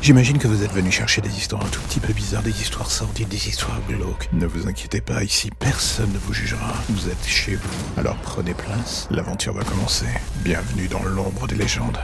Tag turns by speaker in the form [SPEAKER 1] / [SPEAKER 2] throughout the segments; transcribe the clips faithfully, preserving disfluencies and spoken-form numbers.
[SPEAKER 1] J'imagine que vous êtes venu chercher des histoires un tout petit peu bizarres, des histoires sordides, des histoires glauques. Ne vous inquiétez pas, ici personne ne vous jugera. Vous êtes chez vous, alors prenez place, l'aventure va commencer. Bienvenue dans l'ombre des légendes.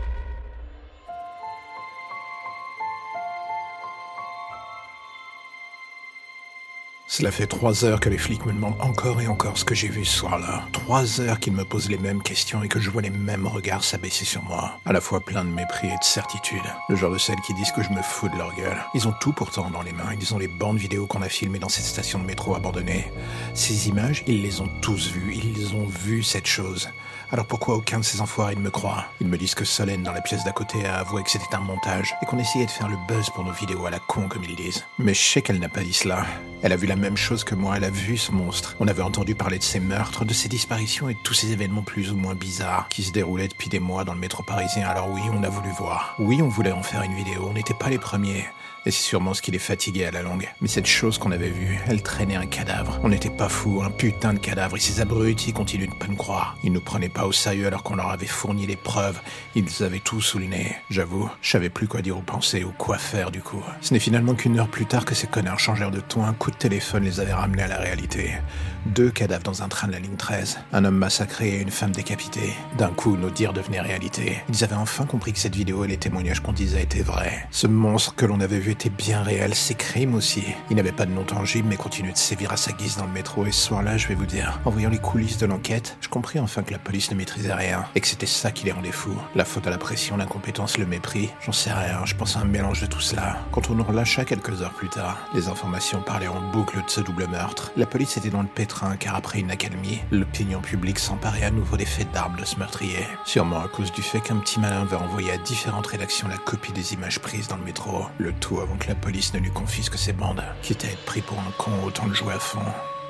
[SPEAKER 1] Cela fait trois heures que les flics me demandent encore et encore ce que j'ai vu ce soir-là. Trois heures qu'ils me posent les mêmes questions et que je vois les mêmes regards s'abaisser sur moi. À la fois plein de mépris et de certitude. Le genre de celles qui disent que je me fous de leur gueule. Ils ont tout pourtant dans les mains. Ils ont les bandes vidéo qu'on a filmées dans cette station de métro abandonnée. Ces images, ils les ont tous vues. Ils ont vu cette chose. Alors pourquoi aucun de ces enfoirés ne me croit? Ils me disent que Solène, dans la pièce d'à côté, a avoué que c'était un montage et qu'on essayait de faire le buzz pour nos vidéos à la con, comme ils disent. Mais je sais qu'elle n'a pas dit cela. Elle a vu la même chose que moi, elle a vu ce monstre. On avait entendu parler de ces meurtres, de ces disparitions et de tous ces événements plus ou moins bizarres qui se déroulaient depuis des mois dans le métro parisien. Alors oui, on a voulu voir. Oui, on voulait en faire une vidéo, on n'était pas les premiers. Et c'est sûrement ce qui les fatiguait à la longue. Mais cette chose qu'on avait vue, elle traînait un cadavre. On n'était pas fous, un putain de cadavre. Et ces abrutis continuent de pas nous croire. Ils nous prenaient pas au sérieux alors qu'on leur avait fourni les preuves. Ils avaient tout sous le nez. J'avoue, je savais plus quoi dire ou penser ou quoi faire du coup. Ce n'est finalement qu'une heure plus tard que ces connards changèrent de ton. Un coup de téléphone les avait ramenés à la réalité. Deux cadavres dans un train de la ligne treize. Un homme massacré et une femme décapitée. D'un coup, nos dires devenaient réalité. Ils avaient enfin compris que cette vidéo et les témoignages qu'on disait étaient vrais. Ce monstre que l'on avait vu était bien réel, ses crimes aussi. Il n'avait pas de nom tangible mais continuait de sévir à sa guise dans le métro et ce soir-là, je vais vous dire, en voyant les coulisses de l'enquête, je compris enfin que la police ne maîtrisait rien et que c'était ça qui les rendait fous. La faute à la pression, l'incompétence, le mépris, j'en sais rien, je pense à un mélange de tout cela. Quand on nous relâcha quelques heures plus tard, les informations parlaient en boucle de ce double meurtre. La police était dans le pétrin car après une accalmie, l'opinion publique s'emparait à nouveau des faits d'armes de ce meurtrier. Sûrement à cause du fait qu'un petit malin avait envoyé à différentes rédactions la copie des images prises dans le métro. Le tout avant que la police ne lui confisque ses bandes. Quitte à être pris pour un con, autant le jouer à fond.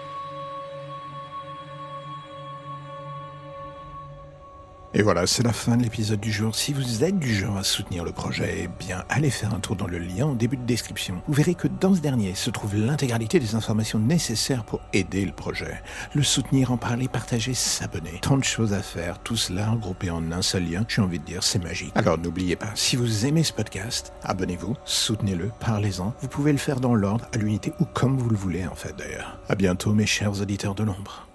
[SPEAKER 1] Et voilà, c'est la fin de l'épisode du jour. Si vous êtes du genre à soutenir le projet, eh bien, allez faire un tour dans le lien en début de description. Vous verrez que dans ce dernier se trouve l'intégralité des informations nécessaires pour aider le projet. Le soutenir, en parler, partager, s'abonner. Tant de choses à faire, tout cela regroupé en un seul lien. J'ai envie de dire, c'est magique. Alors n'oubliez pas, si vous aimez ce podcast, abonnez-vous, soutenez-le, parlez-en. Vous pouvez le faire dans l'ordre, à l'unité ou comme vous le voulez en fait d'ailleurs. À bientôt mes chers auditeurs de l'ombre.